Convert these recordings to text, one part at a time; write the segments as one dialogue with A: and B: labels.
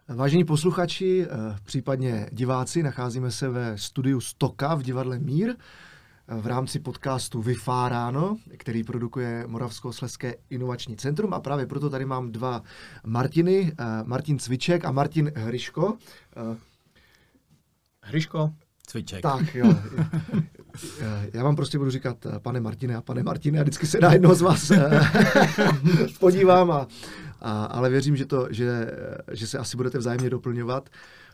A: Vážení posluchači, případně diváci, nacházíme se ve studiu Stoka v divadle Mír v rámci podcastu Vyfáráno, který produkuje Moravskoslezské inovační centrum, a právě proto tady mám dva Martiny, Martin Cviček a Martin Hryško.
B: Hryško, Cviček.
A: Tak jo. Já vám prostě budu říkat pane Martine a pane Martine a vždycky se na jednoho z vás podívám, ale věřím, že se asi budete vzájemně doplňovat.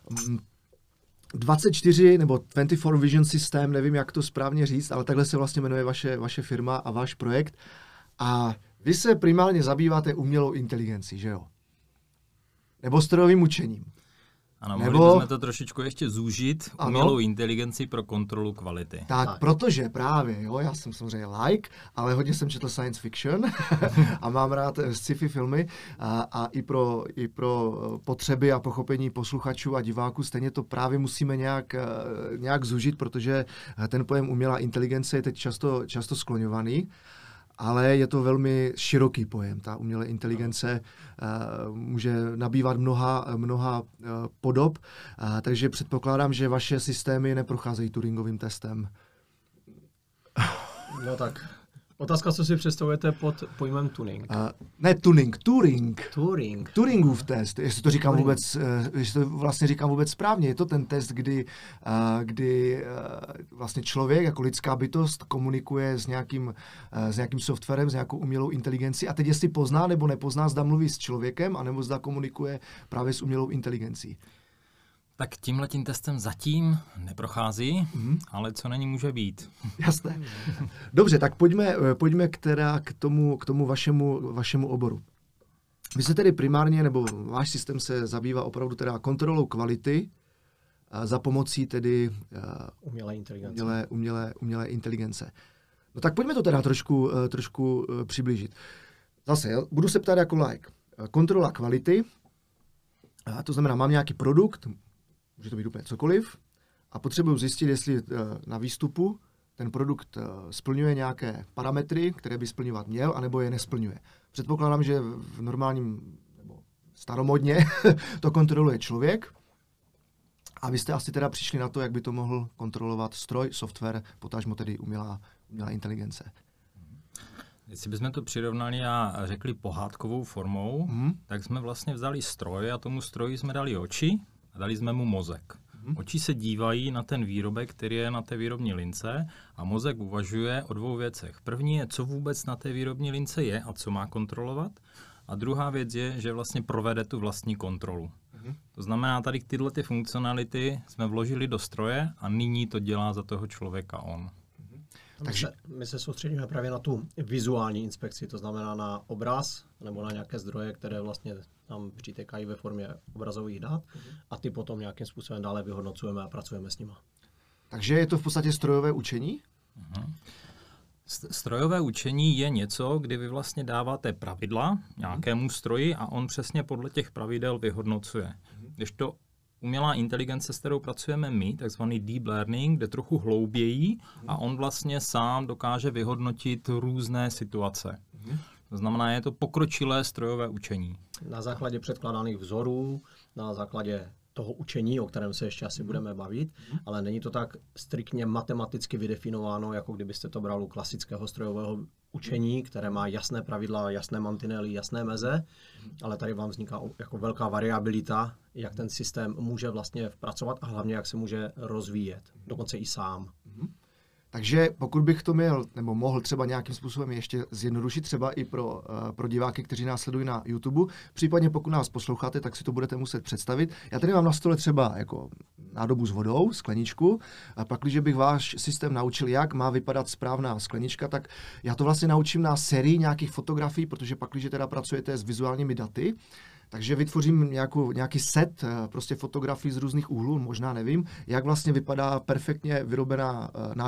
A: 24 nebo 24 Vision System, nevím, jak to správně říct, ale takhle se vlastně jmenuje vaše firma a váš projekt. A vy se primárně zabýváte umělou inteligencí, že jo? Nebo strojovým učením.
B: Ano, mohli bychom to trošičku ještě zúžit, umělou inteligenci pro kontrolu kvality.
A: Tak, protože právě, jo, já jsem samozřejmě ale hodně jsem četl science fiction a mám rád sci-fi filmy a i pro potřeby a pochopení posluchačů a diváků stejně to právě musíme nějak zúžit, protože ten pojem umělá inteligence je teď často skloňovaný. Ale je to velmi široký pojem. Ta umělá inteligence může nabývat mnoha podob, takže předpokládám, že vaše systémy neprocházejí Turingovým testem.
B: No tak, otázka, co si představujete pod pojmem tuning?
A: Ne tuning, Turing.
B: Turing.
A: Turingův test, jestli to vlastně říkám vůbec správně. Je to ten test, kdy vlastně člověk jako lidská bytost komunikuje s nějakým softwarem, s nějakou umělou inteligencí a teď jestli pozná nebo nepozná, zda mluví s člověkem, anebo zda komunikuje právě s umělou inteligencí.
B: Tak tímhletím testem zatím neprochází, ale co není, může být.
A: Jasné. Dobře, tak pojďme k tomu vašemu oboru. Vy se tedy primárně, nebo váš systém se zabývá opravdu teda kontrolou kvality za pomocí tedy umělé inteligence. No tak pojďme to teda trošku přiblížit. Zase, budu se ptát jako laik. Kontrola kvality, to znamená, mám nějaký produkt, může to být úplně cokoliv, a potřebuji zjistit, jestli na výstupu ten produkt splňuje nějaké parametry, které by splňovat měl, anebo je nesplňuje. Předpokládám, že v normálním nebo staromodně to kontroluje člověk, a vy jste asi teda přišli na to, jak by to mohl kontrolovat stroj, software, potažmo tedy umělá inteligence.
B: Jestli bychom to přirovnali a řekli pohádkovou formou, tak jsme vlastně vzali stroj a tomu stroji jsme dali oči a dali jsme mu mozek. Oči se dívají na ten výrobek, který je na té výrobní lince, a mozek uvažuje o dvou věcech. První je, co vůbec na té výrobní lince je a co má kontrolovat. A druhá věc je, že vlastně provede tu vlastní kontrolu. To znamená, tady tyhle ty funkcionality jsme vložili do stroje a nyní to dělá za toho člověka on.
C: Takže my se soustředíme právě na tu vizuální inspekci, to znamená na obraz nebo na nějaké zdroje, které vlastně tam přitékají ve formě obrazových dat, a ty potom nějakým způsobem dále vyhodnocujeme a pracujeme s nima.
A: Takže je to v podstatě strojové učení?
B: Strojové učení je něco, kdy vy vlastně dáváte pravidla nějakému stroji a on přesně podle těch pravidel vyhodnocuje. Kdežto umělá inteligence, s kterou pracujeme my, takzvaný deep learning, jde trochu hlouběji a on vlastně sám dokáže vyhodnotit různé situace. To znamená, je to pokročilé strojové učení.
C: Na základě předkládaných vzorů, na základě toho učení, o kterém se ještě asi budeme bavit, ale není to tak striktně matematicky vydefinováno, jako kdybyste to brali u klasického strojového učení, které má jasné pravidla, jasné mantinely, jasné meze, ale tady vám vzniká jako velká variabilita, jak ten systém může vlastně pracovat a hlavně jak se může rozvíjet, dokonce i sám.
A: Takže pokud bych to měl, nebo mohl třeba nějakým způsobem ještě zjednodušit, třeba i pro diváky, kteří nás sledují na YouTube, případně pokud nás posloucháte, tak si to budete muset představit. Já tady mám na stole třeba jako nádobu s vodou, skleničku, a pak, když bych váš systém naučil, jak má vypadat správná sklenička, tak já to vlastně naučím na sérii nějakých fotografií, protože pak, když teda pracujete s vizuálními daty, takže vytvořím nějaký set prostě fotografií z různých úhlů, možná nevím, jak vlastně vypadá perfektně vyrobená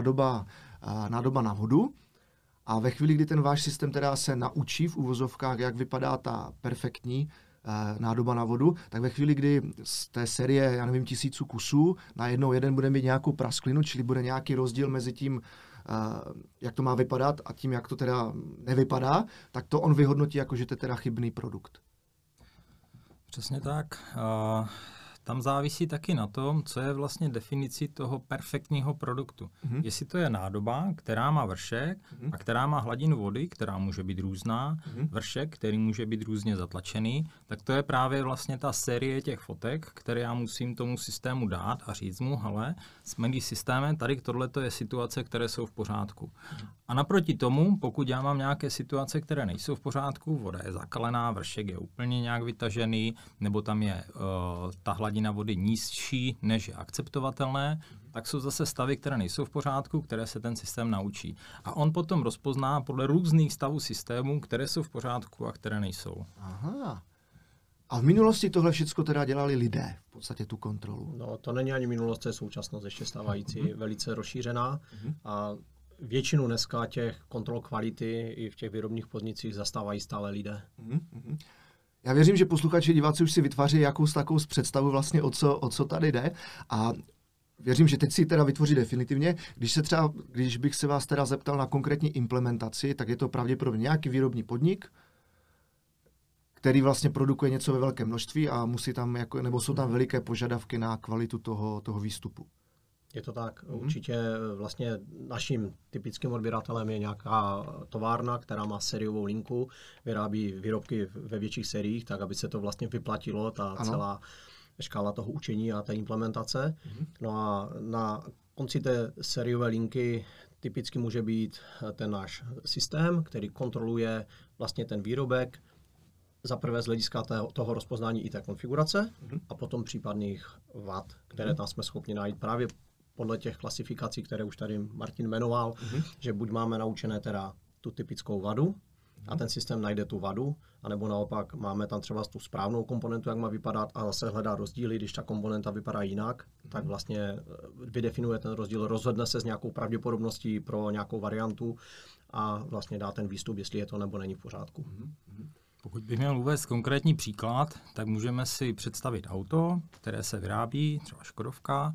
A: nádoba na vodu. A ve chvíli, kdy ten váš systém teda se naučí v uvozovkách, jak vypadá ta perfektní nádoba na vodu, tak ve chvíli, kdy z té série, já nevím, 1000 kusů, najednou jeden bude mít nějakou prasklinu, čili bude nějaký rozdíl mezi tím, jak to má vypadat, a tím, jak to teda nevypadá, tak to on vyhodnotí jako, že to je teda chybný produkt.
B: Přesně tak. Tam závisí taky na tom, co je vlastně definicí toho perfektního produktu. Jestli to je nádoba, která má vršek a která má hladinu vody, která může být různá, vršek, který může být různě zatlačený, tak to je právě vlastně ta série těch fotek, které já musím tomu systému dát a říct mu, hele, s mým systémem, tady tohleto je situace, které jsou v pořádku. A naproti tomu, pokud já mám nějaké situace, které nejsou v pořádku, voda je zakalená, vršek je úplně nějak vytažený, nebo tam je ta hladina vody nízší, než je akceptovatelné, tak jsou zase stavy, které nejsou v pořádku, které se ten systém naučí. A on potom rozpozná podle různých stavů systému, které jsou v pořádku a které nejsou.
A: Aha. A v minulosti tohle všechno teda dělali lidé, v podstatě tu kontrolu?
C: No, to není ani minulost, to je současnost ještě stávající, velice rozšířená. A většinu dneska těch kontrol kvality i v těch výrobních podnicích zastávají stále lidé.
A: Já věřím, že posluchači, diváci už si vytváří jakous takovou představu vlastně, o co tady jde. A věřím, že teď si teda vytvoří definitivně. Když bych se vás teda zeptal na konkrétní implementaci, tak je to pravděpodobně nějaký výrobní podnik, který vlastně produkuje něco ve velkém množství a musí tam nebo jsou tam veliké požadavky na kvalitu toho výstupu.
C: Je to tak. Určitě vlastně naším typickým odběratelem je nějaká továrna, která má sériovou linku, vyrábí výrobky ve větších sériích, tak aby se to vlastně vyplatilo, ta celá škála toho učení a té implementace. No a na konci té sériové linky typicky může být ten náš systém, který kontroluje vlastně ten výrobek, za prvé z hlediska toho rozpoznání i té konfigurace a potom případných vad, které tam jsme schopni najít právě podle těch klasifikací, které už tady Martin jmenoval, že buď máme naučené teda tu typickou vadu a ten systém najde tu vadu, anebo naopak máme tam třeba tu správnou komponentu, jak má vypadat a zase hledá rozdíly, když ta komponenta vypadá jinak, tak vlastně vydefinuje ten rozdíl, rozhodne se s nějakou pravděpodobností pro nějakou variantu a vlastně dá ten výstup, jestli je to nebo není v pořádku.
B: Pokud bych měl uvést konkrétní příklad, tak můžeme si představit auto, které se vyrábí, třeba Škodovka,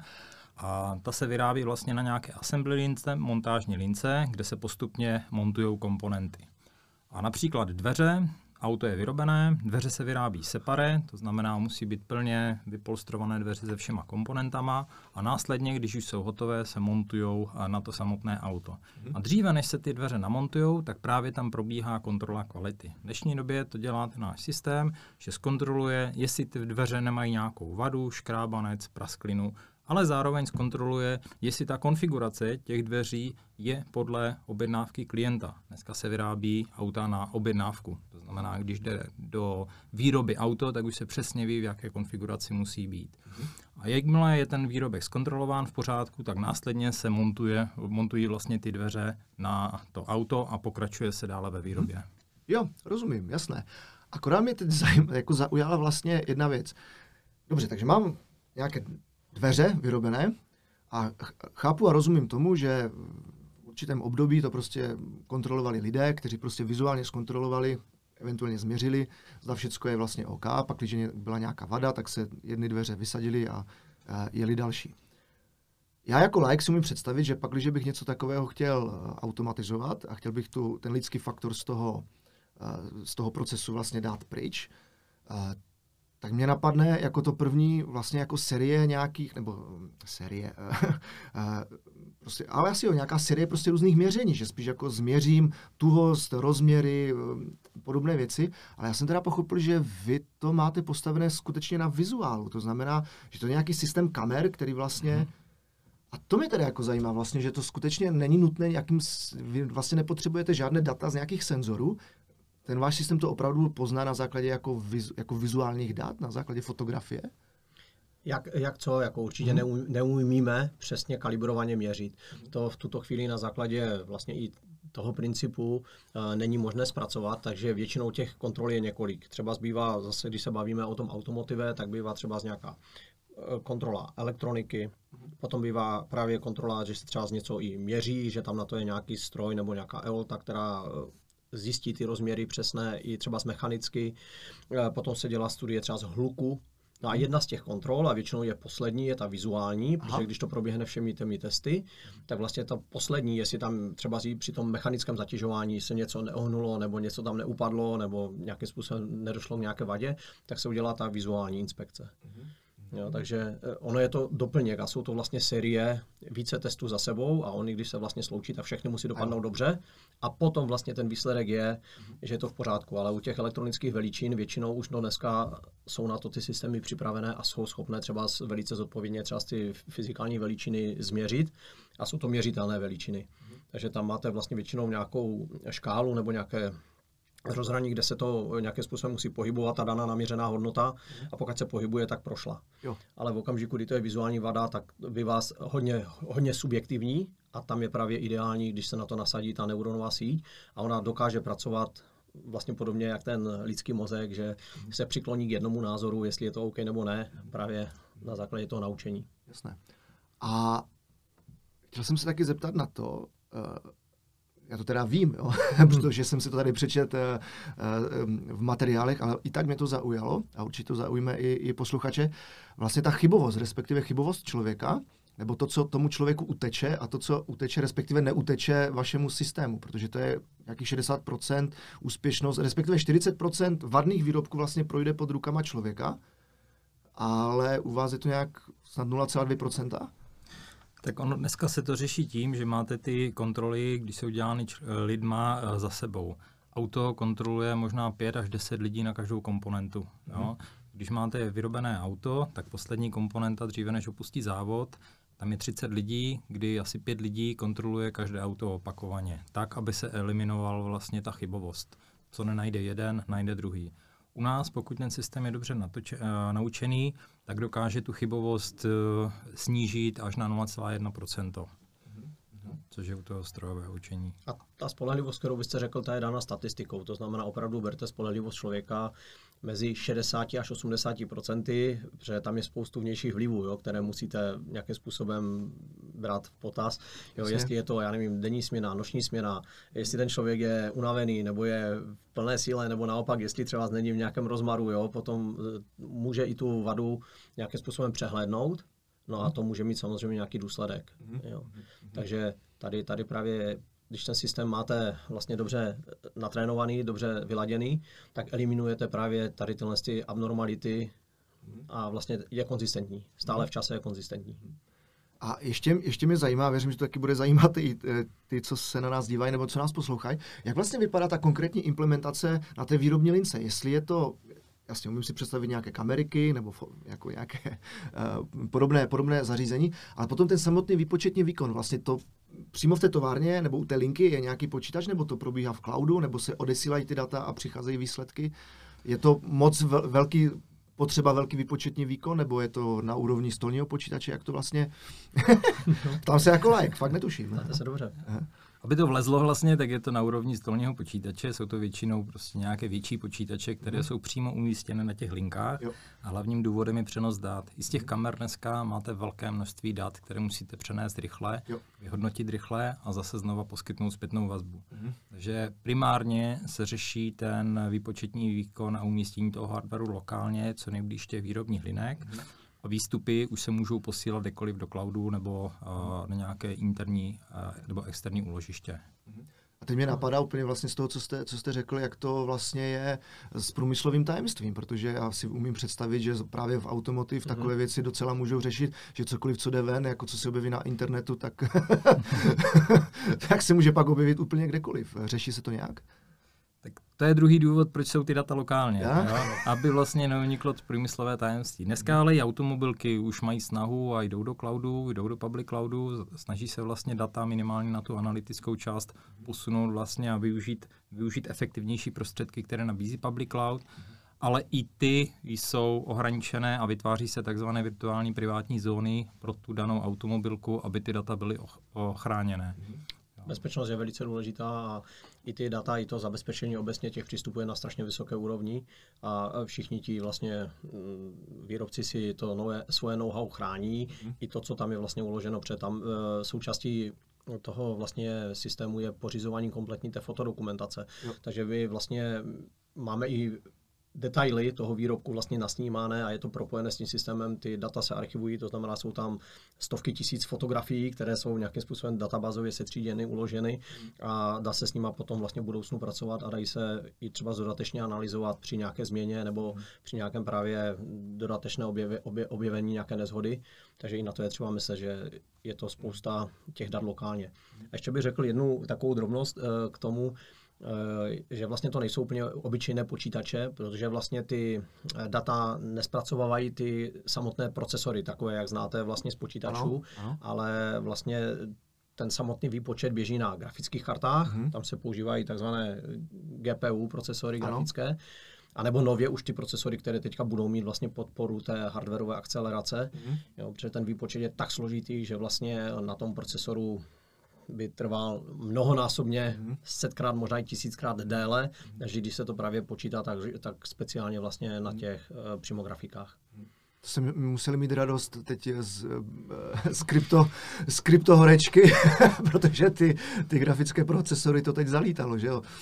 B: a ta se vyrábí vlastně na nějaké assembly lince, montážní lince, kde se postupně montují komponenty. A například dveře, auto je vyrobené, dveře se vyrábí separé, to znamená, musí být plně vypolstrované dveře se všema komponentama a následně, když už jsou hotové, se montují na to samotné auto. A dříve, než se ty dveře namontují, tak právě tam probíhá kontrola kvality. V dnešní době to dělá ten náš systém, že zkontroluje, jestli ty dveře nemají nějakou vadu, škrábanec, prasklinu, ale zároveň zkontroluje, jestli ta konfigurace těch dveří je podle objednávky klienta. Dneska se vyrábí auta na objednávku. To znamená, když jde do výroby auto, tak už se přesně ví, v jaké konfiguraci musí být. A jakmile je ten výrobek zkontrolován v pořádku, tak následně se montují vlastně ty dveře na to auto a pokračuje se dále ve výrobě.
A: Jo, rozumím, jasné. Akorát mě teď zaujala vlastně jedna věc. Dobře, takže mám nějaké dveře vyrobené a chápu a rozumím tomu, že v určitém období to prostě kontrolovali lidé, kteří prostě vizuálně zkontrolovali, eventuálně změřili, zda všecko je vlastně OK, pak když byla nějaká vada, tak se jedny dveře vysadily a jeli další. Já jako laik si umím představit, že pak, když bych něco takového chtěl automatizovat a chtěl bych ten lidský faktor z toho procesu vlastně dát pryč, tak mě napadne jako to první vlastně jako série nějakých, nebo série, prostě, ale asi nějaká série prostě různých měření, že spíš jako změřím tuhost, rozměry, podobné věci, ale já jsem teda pochopil, že vy to máte postavené skutečně na vizuálu, to znamená, že to je nějaký systém kamer, který vlastně, a to mě teda jako zajímá vlastně, že to skutečně není nutné, vy vlastně nepotřebujete žádné data z nějakých senzorů, ten váš systém to opravdu pozná na základě jako vizuálních dat, na základě fotografie?
C: Jako určitě neumíme přesně kalibrovaně měřit. To v tuto chvíli na základě vlastně i toho principu není možné zpracovat, takže většinou těch kontrol je několik. Třeba zbývá zase, když se bavíme o tom automotive, tak bývá třeba nějaká kontrola elektroniky, potom bývá právě kontrola, že se třeba z něco i měří, že tam na to je nějaký stroj nebo nějaká EOLTA, která zjistí ty rozměry přesné i třeba z mechanicky. Potom se dělá studie třeba z hluku, No a jedna z těch kontrol, a většinou je poslední, je ta vizuální, protože když to proběhne všemi těmi testy, tak vlastně ta poslední, jestli tam třeba při tom mechanickém zatěžování se něco neohnulo, nebo něco tam neupadlo, nebo nějakým způsobem nedošlo k nějaké vadě, tak se udělá ta vizuální inspekce. Jo, takže ono je to doplněk a jsou to vlastně série více testů za sebou a oni, když se vlastně sloučí, tak všechny musí dopadnout dobře a potom vlastně ten výsledek je, že je to v pořádku, ale u těch elektronických veličin většinou už dneska jsou na to ty systémy připravené a jsou schopné třeba velice zodpovědně třeba ty fyzikální veličiny změřit a jsou to měřitelné veličiny. Takže tam máte vlastně většinou nějakou škálu nebo nějaké rozhraní, kde se to nějakým způsobem musí pohybovat, ta daná naměřená hodnota a pokud se pohybuje, tak prošla. Jo. Ale v okamžiku, kdy to je vizuální vada, tak by vás hodně subjektivní a tam je právě ideální, když se na to nasadí ta neuronová síť a ona dokáže pracovat vlastně podobně jak ten lidský mozek, že se přikloní k jednomu názoru, jestli je to OK nebo ne, právě na základě toho naučení.
A: Jasné. A chtěl jsem se taky zeptat na to, já to teda vím, jo, protože jsem si to tady přečet v materiálech, ale i tak mě to zaujalo a určitě to zaujme i posluchače. Vlastně ta chybovost, respektive chybovost člověka, nebo to, co tomu člověku uteče a to, co uteče, respektive neuteče vašemu systému, protože to je nějakých 60% úspěšnost, respektive 40% vadných výrobků vlastně projde pod rukama člověka, ale u vás je to nějak snad 0,2%?
B: Tak ono dneska se to řeší tím, že máte ty kontroly, když jsou dělány lidma za sebou. Auto kontroluje možná 5 až 10 lidí na každou komponentu. Jo? Když máte vyrobené auto, tak poslední komponenta dříve než opustí závod, tam je 30 lidí, kdy asi 5 lidí kontroluje každé auto opakovaně, tak, aby se eliminoval vlastně ta chybovost. Co nenajde jeden, najde druhý. U nás, pokud ten systém je dobře naučený, tak dokáže tu chybovost snížit až na 0,1%, což je u toho strojového učení.
C: A ta spolehlivost, kterou byste řekl, ta je dána statistikou. To znamená, opravdu berte spolehlivost člověka mezi 60 až 80%, protože tam je spoustu vnějších vlivů, jo, které musíte nějakým způsobem brát v potaz. Jo, jestli je to, já nevím, denní směna, noční směna, jestli ten člověk je unavený, nebo je v plné síle, nebo naopak, jestli třeba není v nějakém rozmaru, jo, potom může i tu vadu nějakým způsobem přehlédnout. No a to může mít samozřejmě nějaký důsledek. Jo. Takže tady právě, když ten systém máte vlastně dobře natrénovaný, dobře vyladěný, tak eliminujete právě tady tyhle abnormality a vlastně je konzistentní. Stále v čase je konzistentní.
A: A ještě mě zajímá, věřím, že to taky bude zajímat i ty, co se na nás dívají nebo co nás poslouchají, jak vlastně vypadá ta konkrétní implementace na té výrobní lince, jestli je to. Jasně, umím si představit nějaké kamery nebo jako nějaké podobné zařízení, ale potom ten samotný výpočetní výkon, vlastně to přímo v té továrně nebo u té linky je nějaký počítač, nebo to probíhá v cloudu, nebo se odesílají ty data a přicházejí výsledky. Je to moc potřeba velký výpočetní výkon, nebo je to na úrovni stolního počítače, jak to vlastně... Tam se jako like, fakt netuším.
C: Máte se dobře.
B: Aby to vlezlo vlastně, tak je to na úrovni stolního počítače, jsou to většinou prostě nějaké větší počítače, které jsou přímo umístěny na těch linkách a hlavním důvodem je přenos dat. I z těch kamer dneska máte velké množství dat, které musíte přenést rychle, vyhodnotit rychle a zase znova poskytnout zpětnou vazbu. Takže primárně se řeší ten výpočetní výkon a umístění toho hardwareu lokálně, co nejblíž těch výrobních linek. A výstupy už se můžou posílat kdekoliv do cloudu nebo na nějaké interní nebo externí úložiště.
A: A teď mě napadá úplně vlastně z toho, co jste řekl, jak to vlastně je s průmyslovým tajemstvím, protože já si umím představit, že právě v automotiv takové věci docela můžou řešit, že cokoliv, co jde ven, jako co se objeví na internetu, tak, tak se může pak objevit úplně kdekoliv. Řeší se to nějak?
B: Tak to je druhý důvod, proč jsou ty data lokálně, jo? Aby vlastně neuniklo průmyslové tajemství. Dneska ale i automobilky už mají snahu a jdou do cloudu, jdou do public cloudu, snaží se vlastně data minimálně na tu analytickou část posunout vlastně a využít efektivnější prostředky, které nabízí public cloud, ale i ty jsou ohraničené a vytváří se takzvané virtuální privátní zóny pro tu danou automobilku, aby ty data byly ochráněné.
C: Bezpečnost je velice důležitá a i ty data, i to zabezpečení obecně těch přístupů je na strašně vysoké úrovni a všichni ti vlastně výrobci si to svoje know-how chrání, i to, co tam je vlastně uloženo, protože tam součástí toho vlastně systému je pořizování kompletní té fotodokumentace. Takže vy vlastně máme i detaily toho výrobku vlastně nasnímané a je to propojené s tím systémem, ty data se archivují, to znamená, jsou tam stovky tisíc fotografií, které jsou nějakým způsobem databázově setříděny, uloženy a dá se s nimi potom vlastně v budoucnu pracovat a dají se i třeba dodatečně analyzovat při nějaké změně nebo při nějakém právě dodatečné objevení nějaké neshody. Takže i na to je třeba myslet, že je to spousta těch dat lokálně. A ještě bych řekl jednu takovou drobnost k tomu, že vlastně to nejsou úplně obyčejné počítače, protože vlastně ty data nespracovávají ty samotné procesory, takové, jak znáte vlastně z počítačů, ale vlastně ten samotný výpočet běží na grafických kartách, tam se používají takzvané GPU procesory grafické, anebo nově už ty procesory, které teďka budou mít vlastně podporu té hardwareové akcelerace, jo, protože ten výpočet je tak složitý, že vlastně na tom procesoru by trval mnohonásobně, 100krát, možná i 1000krát déle, než když se to právě počítá tak speciálně vlastně na těch přímo grafikách.
A: To jsme museli mít radost teď z kryptohorečky, protože ty grafické procesory to teď zalítalo, že jo?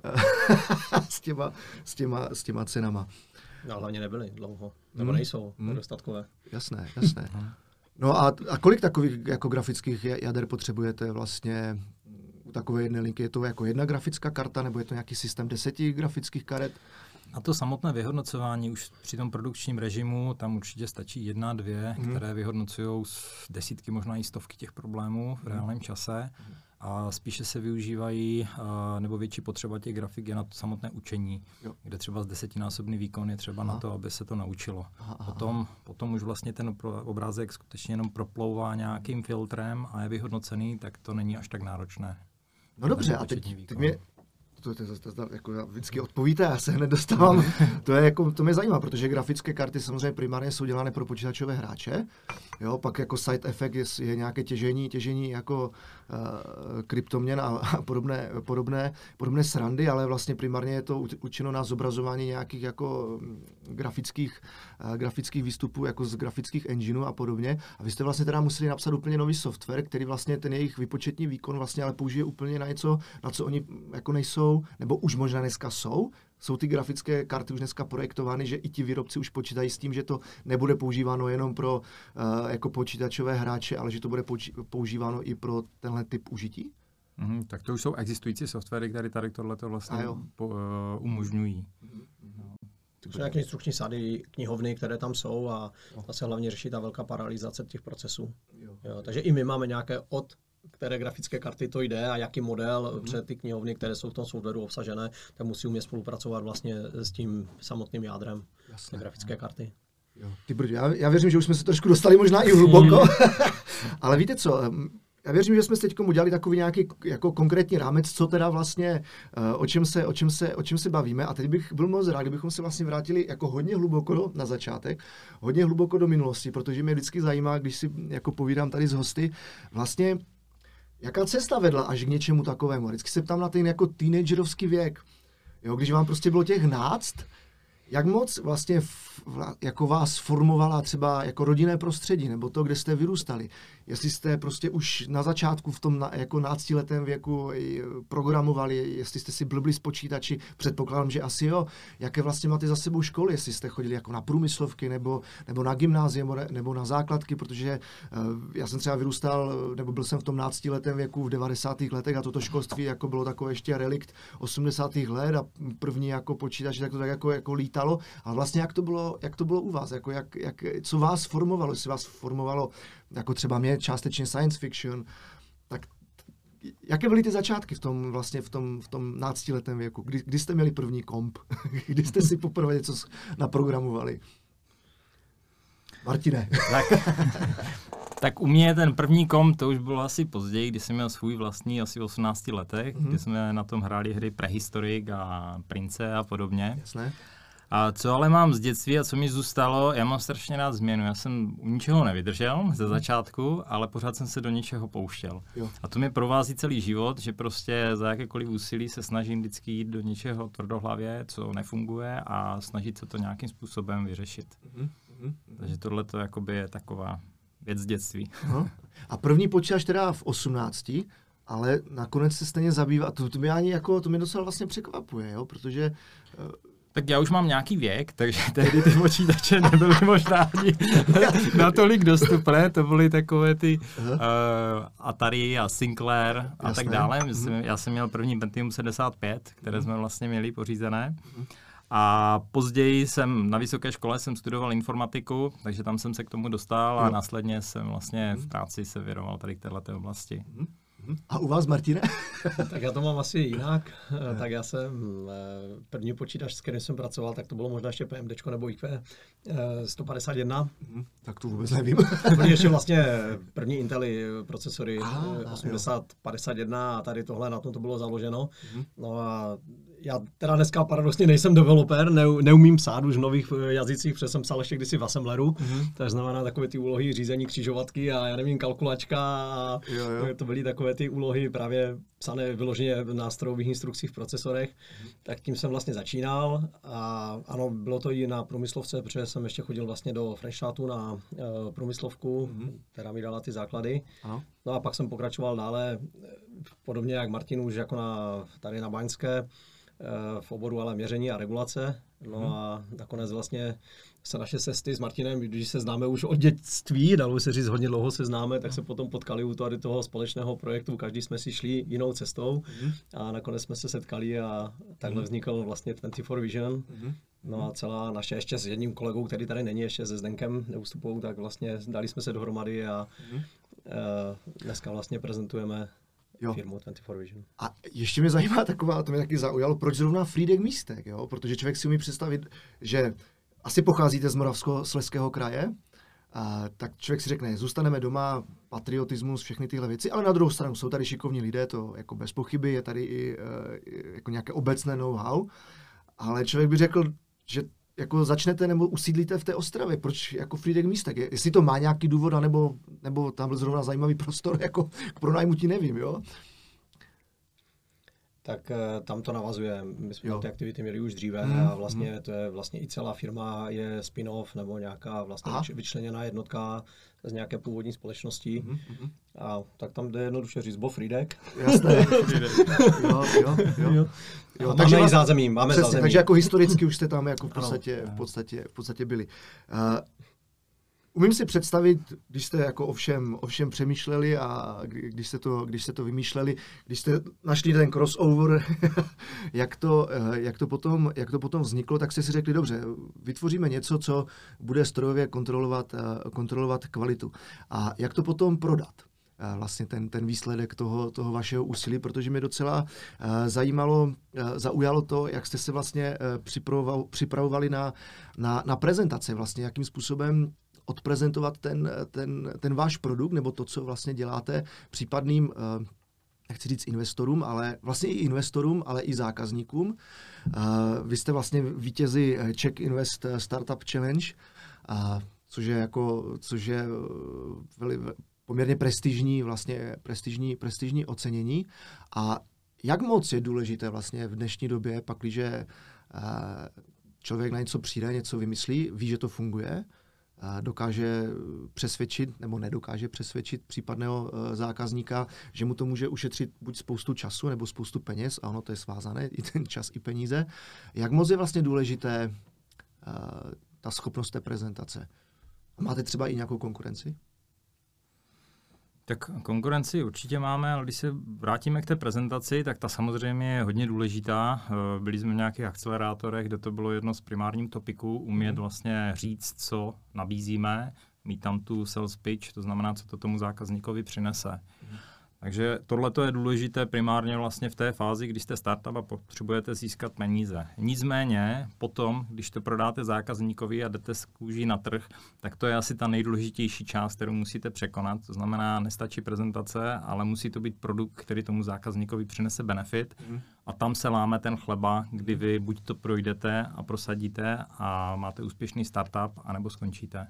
A: s těma cenama.
C: No, hlavně nebyly dlouho, nebo nejsou nedostatkové.
A: Jasné. No a kolik takových jako grafických jader potřebujete vlastně u takové jedné linky? Je to jako jedna grafická karta, nebo je to nějaký systém 10 grafických karet?
B: Na to samotné vyhodnocování už při tom produkčním režimu tam určitě stačí 1, 2, které vyhodnocují desítky, možná i stovky těch problémů v reálném čase. A spíše se využívají, nebo větší potřeba těch grafik je na to samotné učení, kde třeba z 10násobný výkon je třeba na to, aby se to naučilo. Potom už vlastně ten obrázek skutečně jenom proplouvá nějakým filtrem a je vyhodnocený, tak to není až tak náročné.
A: No dobře, a teď mě jako vždycky odpovíte, já se hned dostávám. To mě zajímá, protože grafické karty samozřejmě primárně jsou dělané pro počítačové hráče. Jo, pak jako side effect je nějaké těžení jako kryptoměn a podobné srandy, ale vlastně primárně je to učeno na zobrazování nějakých jako grafických výstupů, jako z grafických engineů a podobně. A vy jste vlastně teda museli napsat úplně nový software, který vlastně ten jejich výpočetní výkon vlastně ale použije úplně na něco, na co oni jako nejsou, nebo už možná dneska jsou ty grafické karty už dneska projektovány, že i ti výrobci už počítají s tím, že to nebude používáno jenom pro jako počítačové hráče, ale že to bude používáno i pro tenhle typ užití?
B: Tak to už jsou existující softwary, které tady tohleto vlastně umožňují.
C: To jsou nějaké instrukční sady, knihovny, které tam jsou a se hlavně řeší ta velká paralelizace těch procesů. Jo, takže i my máme nějaké které grafické karty to jde a jaký model před ty knihovny, které jsou v tom softwaru obsažené, tak musí umět spolupracovat vlastně s tím samotným jádrem té grafické karty.
A: Jo. Já věřím, že už jsme se trošku dostali možná i hluboko, ale víte co, já věřím, že jsme se teď udělali takový nějaký jako konkrétní rámec, co teda vlastně, o čem se bavíme. A teď bych byl moc rád, kdybychom se vlastně vrátili jako hodně hluboko na začátek, hodně hluboko do minulosti, protože mě vždycky zajímá, když si jako povídám tady s hosty, vlastně jaká cesta vedla až k něčemu takovému. Vždycky se ptám na ten jako teenagerovský věk. Jo, když vám prostě bylo těch 11, jak moc vlastně jako vás formovala třeba jako rodinné prostředí, nebo to, kde jste vyrůstali? Jestli jste prostě už na začátku v tom jako 12letém věku programovali, jestli jste si blbli s počítači, předpokládám, že asi jo. Jaké vlastně máte za sebou školy, jestli jste chodili jako na průmyslovky, nebo na gymnázium, nebo na základky, protože já jsem třeba vyrůstal, nebo byl jsem v tom 12letém věku v 90. letech a toto školství jako bylo takové ještě relikt 80. let a první jako počítač, tak to tak jako lítalo. A vlastně jak to bylo u vás? Jako co vás formovalo? Jestli vás formovalo jako třeba mě částečně science fiction, tak jaké byly ty začátky v tom 12letém věku? Kdy jste měli první komp? Kdy jste si poprvé něco naprogramovali? Martine.
B: Tak u mě ten první komp, to už bylo asi později, kdy jsem měl svůj vlastní, asi v 18 letech, kdy jsme na tom hráli hry Prehistoric a Prince a podobně.
A: Jasné.
B: A co ale mám z dětství a co mi zůstalo, já mám strašně rád změnu. Já jsem u ničeho nevydržel ze začátku, ale pořád jsem se do něčeho pouštěl. Jo. A to mě provází celý život, že prostě za jakékoliv úsilí se snažím vždycky jít do něčeho tvrdohlavě, co nefunguje a snažit se to nějakým způsobem vyřešit. Takže tohle to jakoby je taková věc z dětství.
A: A první počítač teda v 18, ale nakonec se stejně zabývá, to mě docela vlastně překvapuje, jo? Protože
B: Tak já už mám nějaký věk, takže tehdy ty počítače nebyly možná ani natolik dostupné, to byly takové ty Atari a Sinclair a tak dále. Já jsem měl první Pentium 75, které jsme vlastně měli pořízené. A později na vysoké škole jsem studoval informatiku, takže tam jsem se k tomu dostal a následně jsem vlastně v práci se věnoval tady k této oblasti.
A: A u vás, Martine?
C: Tak já to mám asi jinak. Tak já jsem první počítač, s kterým jsem pracoval, tak to bylo možná ještě PMDčko nebo IQ 151.
A: Tak to vůbec nevím.
C: To byly ještě vlastně první Intely procesory 8051 a tady tohle, na tom to bylo založeno. No a já teda dneska paradoxně nejsem developer, neumím psát už v nových jazycích, protože jsem psal ještě kdysi v Assembleru, to znamená takové ty úlohy řízení křižovatky a já nevím, kalkulačka a to byly takové ty úlohy právě psané vyloženě v nástrojových instrukcích v procesorech, tak tím jsem vlastně začínal a ano, bylo to i na průmyslovce, protože jsem ještě chodil vlastně do Frenštátu na průmyslovku, která mi dala ty základy. No a pak jsem pokračoval dále, podobně jak Martin už jako tady na Báňské, v oboru ale měření a regulace. No a nakonec vlastně se naše cesty s Martinem, když se známe už od dětství, dalo se říct, hodně dlouho se známe, tak se potom potkali u toho společného projektu, každý jsme si šli jinou cestou a nakonec jsme se setkali a takhle vznikl vlastně 24 Vision. No a celá naše, ještě s jedním kolegou, který tady není, ještě se Zdenkem Neustupou, tak vlastně dali jsme se dohromady a dneska vlastně prezentujeme firmu 24 Vision.
A: A ještě mě zajímá taková, to mě taky zaujalo, proč zrovna Frýdek Místek, jo? Protože člověk si umí představit, že asi pocházíte z Moravskoslezského kraje, tak člověk si řekne, zůstaneme doma, patriotismus, všechny tyhle věci, ale na druhou stranu jsou tady šikovní lidé, to jako bez pochyby, je tady i jako nějaké obecné know-how, ale člověk by řekl, že jako začnete nebo usídlíte v té Ostravě. Proč jako Frýdek Místek? Jestli to má nějaký důvod, nebo tam byl zrovna zajímavý prostor jako k pronajmutí, nevím, jo?
C: Tak tam to navazuje. My jsme ty aktivity měli už dříve a vlastně to je vlastně i celá firma je spin-off nebo nějaká vlastně vyčleněná jednotka z nějaké původní společnosti. A tak tam jde jednoduše říct, Frýdek.
A: Jasné.
C: Jo, takže máme zázemí, máme zázemí.
A: Takže jako historicky už jste tam jako v podstatě byli. Umím si představit, když jste jako o všem přemýšleli a když jste to vymýšleli, když jste našli ten crossover, jak to potom vzniklo, tak jste si řekli, dobře, vytvoříme něco, co bude strojově kontrolovat kvalitu. A jak to potom prodat? Vlastně ten výsledek toho vašeho úsilí, protože mě docela zaujalo to, jak jste se vlastně připravovali na prezentace, vlastně jakým způsobem odprezentovat ten váš produkt, nebo to, co vlastně děláte případným, nechci říct investorům, ale vlastně i investorům, ale i zákazníkům. Vy jste vlastně vítězi Czech Invest Startup Challenge, což je poměrně prestižní ocenění. A jak moc je důležité vlastně v dnešní době, pakliže člověk na něco přijde, něco vymyslí, ví, že to funguje, dokáže přesvědčit nebo nedokáže přesvědčit případného zákazníka, že mu to může ušetřit buď spoustu času nebo spoustu peněz, a ono to je svázané, i ten čas, i peníze. Jak moc je vlastně důležité ta schopnost té prezentace? A máte třeba i nějakou konkurenci?
B: Tak konkurenci určitě máme, ale když se vrátíme k té prezentaci, tak ta samozřejmě je hodně důležitá. Byli jsme v nějakých akcelerátorech, kde to bylo jedno z primárních topiků, umět vlastně říct, co nabízíme, mít tam tu sales pitch, to znamená, co to tomu zákazníkovi přinese. Takže tohle je důležité primárně vlastně v té fázi, kdy jste startup a potřebujete získat peníze. Nicméně potom, když to prodáte zákazníkovi a jdete z kůží na trh, tak to je asi ta nejdůležitější část, kterou musíte překonat. To znamená, nestačí prezentace, ale musí to být produkt, který tomu zákazníkovi přinese benefit. A tam se láme ten chleba, kdy vy buď to projdete a prosadíte a máte úspěšný startup, anebo skončíte.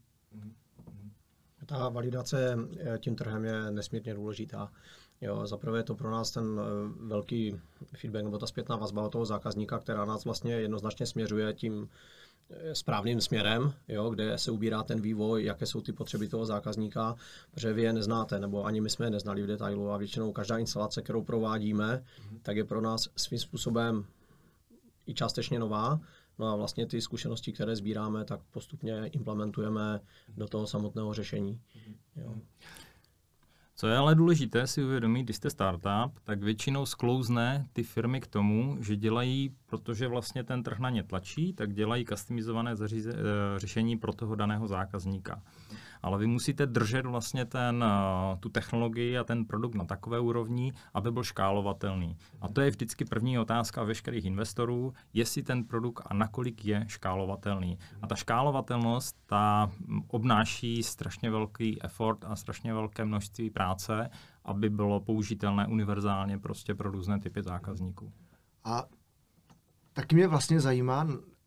C: Ta validace tím trhem je nesmírně důležitá. Zaprvé je to pro nás ten velký feedback nebo ta zpětná vazba od toho zákazníka, která nás vlastně jednoznačně směřuje tím správným směrem, kde se ubírá ten vývoj, jaké jsou ty potřeby toho zákazníka, protože vy je neznáte, nebo ani my jsme je neznali v detailu a většinou každá instalace, kterou provádíme, tak je pro nás svým způsobem i částečně nová. No a vlastně ty zkušenosti, které sbíráme, tak postupně implementujeme do toho samotného řešení. Jo.
B: Co je ale důležité si uvědomit, když jste startup, tak většinou sklouzne ty firmy k tomu, že dělají, protože vlastně ten trh na ně tlačí, tak dělají customizované řešení pro toho daného zákazníka. Ale vy musíte držet vlastně tu technologii a ten produkt na takové úrovni, aby byl škálovatelný. A to je vždycky první otázka veškerých investorů, jestli ten produkt a nakolik je škálovatelný. A ta škálovatelnost, ta obnáší strašně velký effort a strašně velké množství práce, aby bylo použitelné univerzálně prostě pro různé typy zákazníků.
A: A taky mě vlastně zajímá,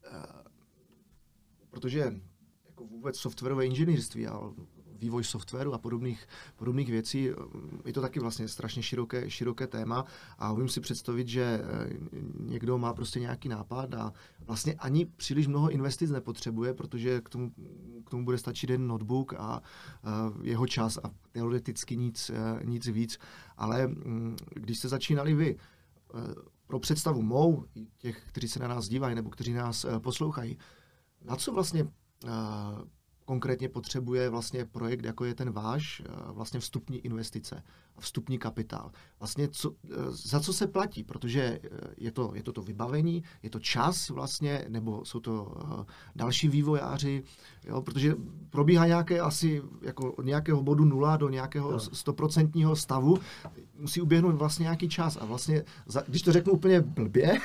A: protože jako vůbec softwarové inženýrství a vývoj softwaru a podobných věcí, je to taky vlastně strašně široké téma a umím si představit, že někdo má prostě nějaký nápad a vlastně ani příliš mnoho investic nepotřebuje, protože k tomu bude stačit jeden notebook a jeho čas a teoreticky nic víc. Ale když jste začínali vy, pro představu mou, těch, kteří se na nás dívají nebo kteří nás poslouchají, na co vlastně konkrétně potřebuje vlastně projekt, jako je ten váš, vlastně vstupní investice a vstupní kapitál. Vlastně za co se platí, protože je to vybavení, je to čas vlastně, nebo jsou to další vývojáři, jo, protože probíhá nějaké asi jako od nějakého bodu 0 do nějakého 100% stavu, musí uběhnout vlastně nějaký čas a vlastně, když to řeknu úplně blbě,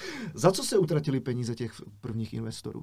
A: za co se utratili peníze těch prvních investorů?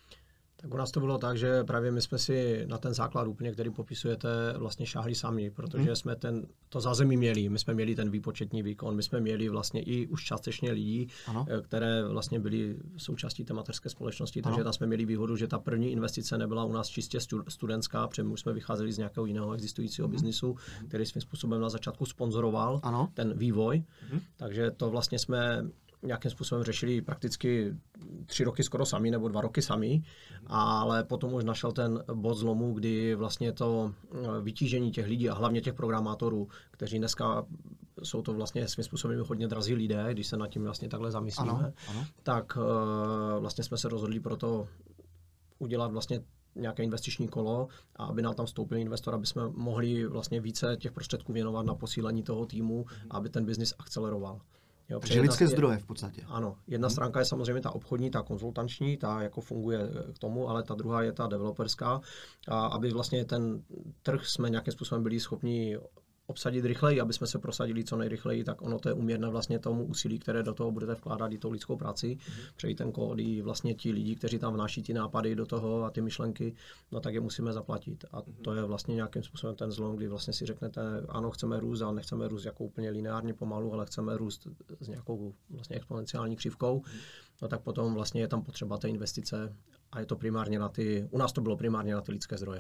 C: Tak u nás to bylo tak, že právě my jsme si na ten základ úplně, který popisujete, vlastně šáhli sami, protože jsme to zázemí měli. My jsme měli ten výpočetní výkon, my jsme měli vlastně i už částečně lidí, které vlastně byly součástí té mateřské společnosti, takže tam jsme měli výhodu, že ta první investice nebyla u nás čistě studentská, protože my jsme vycházeli z nějakého jiného existujícího biznisu, který svým způsobem na začátku sponzoroval ten vývoj, takže to vlastně jsme nějakým způsobem řešili prakticky 3 roky skoro sami, nebo 2 roky sami, ale potom už našel ten bod zlomu, kdy vlastně to vytížení těch lidí a hlavně těch programátorů, kteří dneska jsou to vlastně svým způsobem hodně drazí lidé, když se nad tím vlastně takhle zamyslíme, tak vlastně jsme se rozhodli pro to udělat vlastně nějaké investiční kolo a aby nám tam vstoupil investor, aby jsme mohli vlastně více těch prostředků věnovat na posílení toho týmu, aby ten biznis akceleroval. Jo,
A: takže lidské zdroje v podstatě.
C: Ano, jedna stránka je samozřejmě ta obchodní, ta konzultanční, ta jako funguje k tomu, ale ta druhá je ta developerská, a aby vlastně ten trh jsme nějakým způsobem byli schopni obsadit rychleji, aby jsme se prosadili co nejrychleji, tak ono to je uměrné vlastně tomu úsilí, které do toho budete vkládat i tou lidskou práci, přeji ten kód i vlastně ti lidi, kteří tam vnáší ty nápady do toho a ty myšlenky, no tak je musíme zaplatit. A to je vlastně nějakým způsobem ten zlom, kdy vlastně si řeknete, ano, chceme růst, ale nechceme růst jako úplně lineárně pomalu, ale chceme růst s nějakou vlastně exponenciální křivkou, no tak potom vlastně je tam potřeba té investice a je to primárně u nás to bylo primárně na ty lidské zdroje.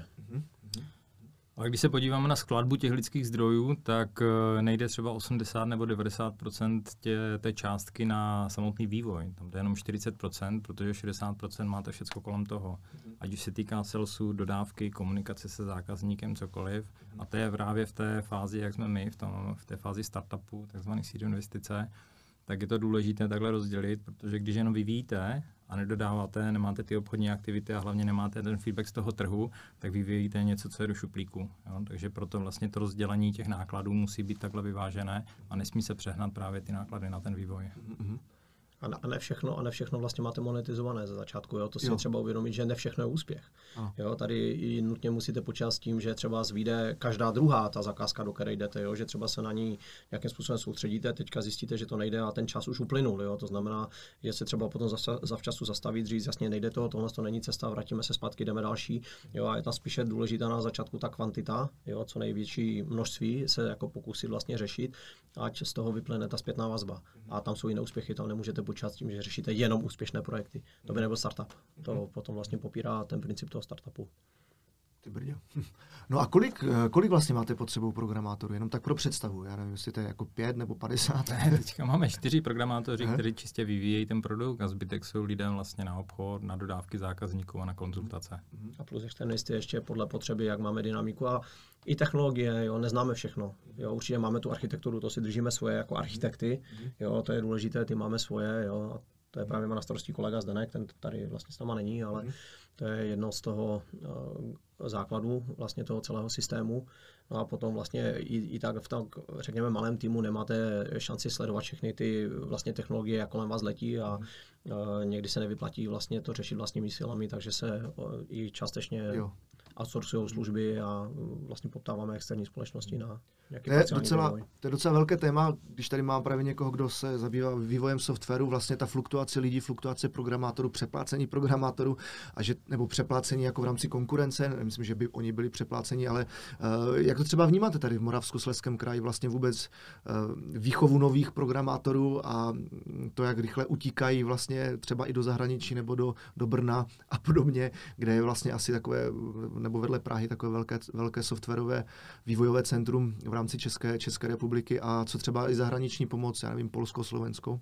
B: Ale když se podíváme na skladbu těch lidských zdrojů, tak nejde třeba 80 nebo 90% té částky na samotný vývoj. Tam to je jenom 40%, protože 60% máte všechno kolem toho. Ať už se týká salesu, dodávky, komunikace se zákazníkem, cokoliv. A to je právě v té fázi, jak jsme my, v té fázi startupu, takzvaný seed investice, tak je to důležité takhle rozdělit, protože když jenom vyvíjíte a nedodáváte, nemáte ty obchodní aktivity a hlavně nemáte ten feedback z toho trhu, tak vyvíjíte něco, co je do šuplíku. Jo? Takže proto vlastně to rozdělení těch nákladů musí být takhle vyvážené a nesmí se přehnat právě ty náklady na ten vývoj.
C: A ne všechno vlastně máte monetizované ze začátku. Jo? To si je třeba uvědomit, že ne všechno je úspěch. Jo? Tady i nutně musíte počítat s tím, že třeba vyjde každá druhá ta zakázka, do které jdete, jo? Že třeba se na ní nějakým způsobem soustředíte, teďka zjistíte, že to nejde a ten čas už uplynul. Jo? To znamená, že se třeba potom zavčasu zastavit, říct, jasně nejde tohle to není cesta, vrátíme se zpátky, jdeme další. Jo? A je tam spíše důležitá na začátku ta kvantita, jo? Co největší množství se jako pokusit vlastně řešit, ať z toho vyplyne ta zpětná vazba. A tam jsou i neúspěchy, tam nemůžete počítat s tím, že řešíte jenom úspěšné projekty. To by nebyl startup. To potom vlastně popírá ten princip toho startupu.
A: Ty brdě. No a kolik vlastně máte pod sebou programátorů? Jenom tak pro představu. Já nevím, jestli to je jako 5 nebo 50.
B: Ne, teďka máme 4 programátoři, kteří čistě vyvíjejí ten produkt a zbytek jsou lidem vlastně na obchod, na dodávky zákazníků a na konzultace.
C: A plus ještě podle potřeby, jak máme dynamiku a i technologie, jo, neznáme všechno. Jo, určitě máme tu architekturu, to si držíme svoje jako architekty, jo, to je důležité, ty máme svoje, jo, a To je právě na starosti kolega Zdenek, ten tady vlastně s náma není, ale to je jedno z toho základů vlastně toho celého systému. No a potom vlastně i tak v tom, řekněme, malém týmu nemáte šanci sledovat všechny ty vlastně technologie, jak kolem vás letí a někdy se nevyplatí vlastně to řešit vlastními silami, takže se i částečně outsourcují služby a vlastně poptáváme externí společnosti na nějaký parciální vývoj.
A: To je docela velké téma, když tady mám právě někoho, kdo se zabývá vývojem softwaru, vlastně ta fluktuace lidí, fluktuace programátorů, přeplácení programátorů, nebo přeplácení jako v rámci konkurence, nemyslím, že by oni byli přepláceni, ale jak to třeba vnímáte tady v Moravskoslezském kraji, vlastně vůbec výchovu nových programátorů a to, jak rychle utíkají vlastně třeba i do zahraničí nebo do Brna a podobně, kde je vlastně asi takové, nebo vedle Prahy takové velké softwarové vývojové centrum v rámci České republiky a co třeba i zahraniční pomoc, já nevím, Polsko, Slovensko?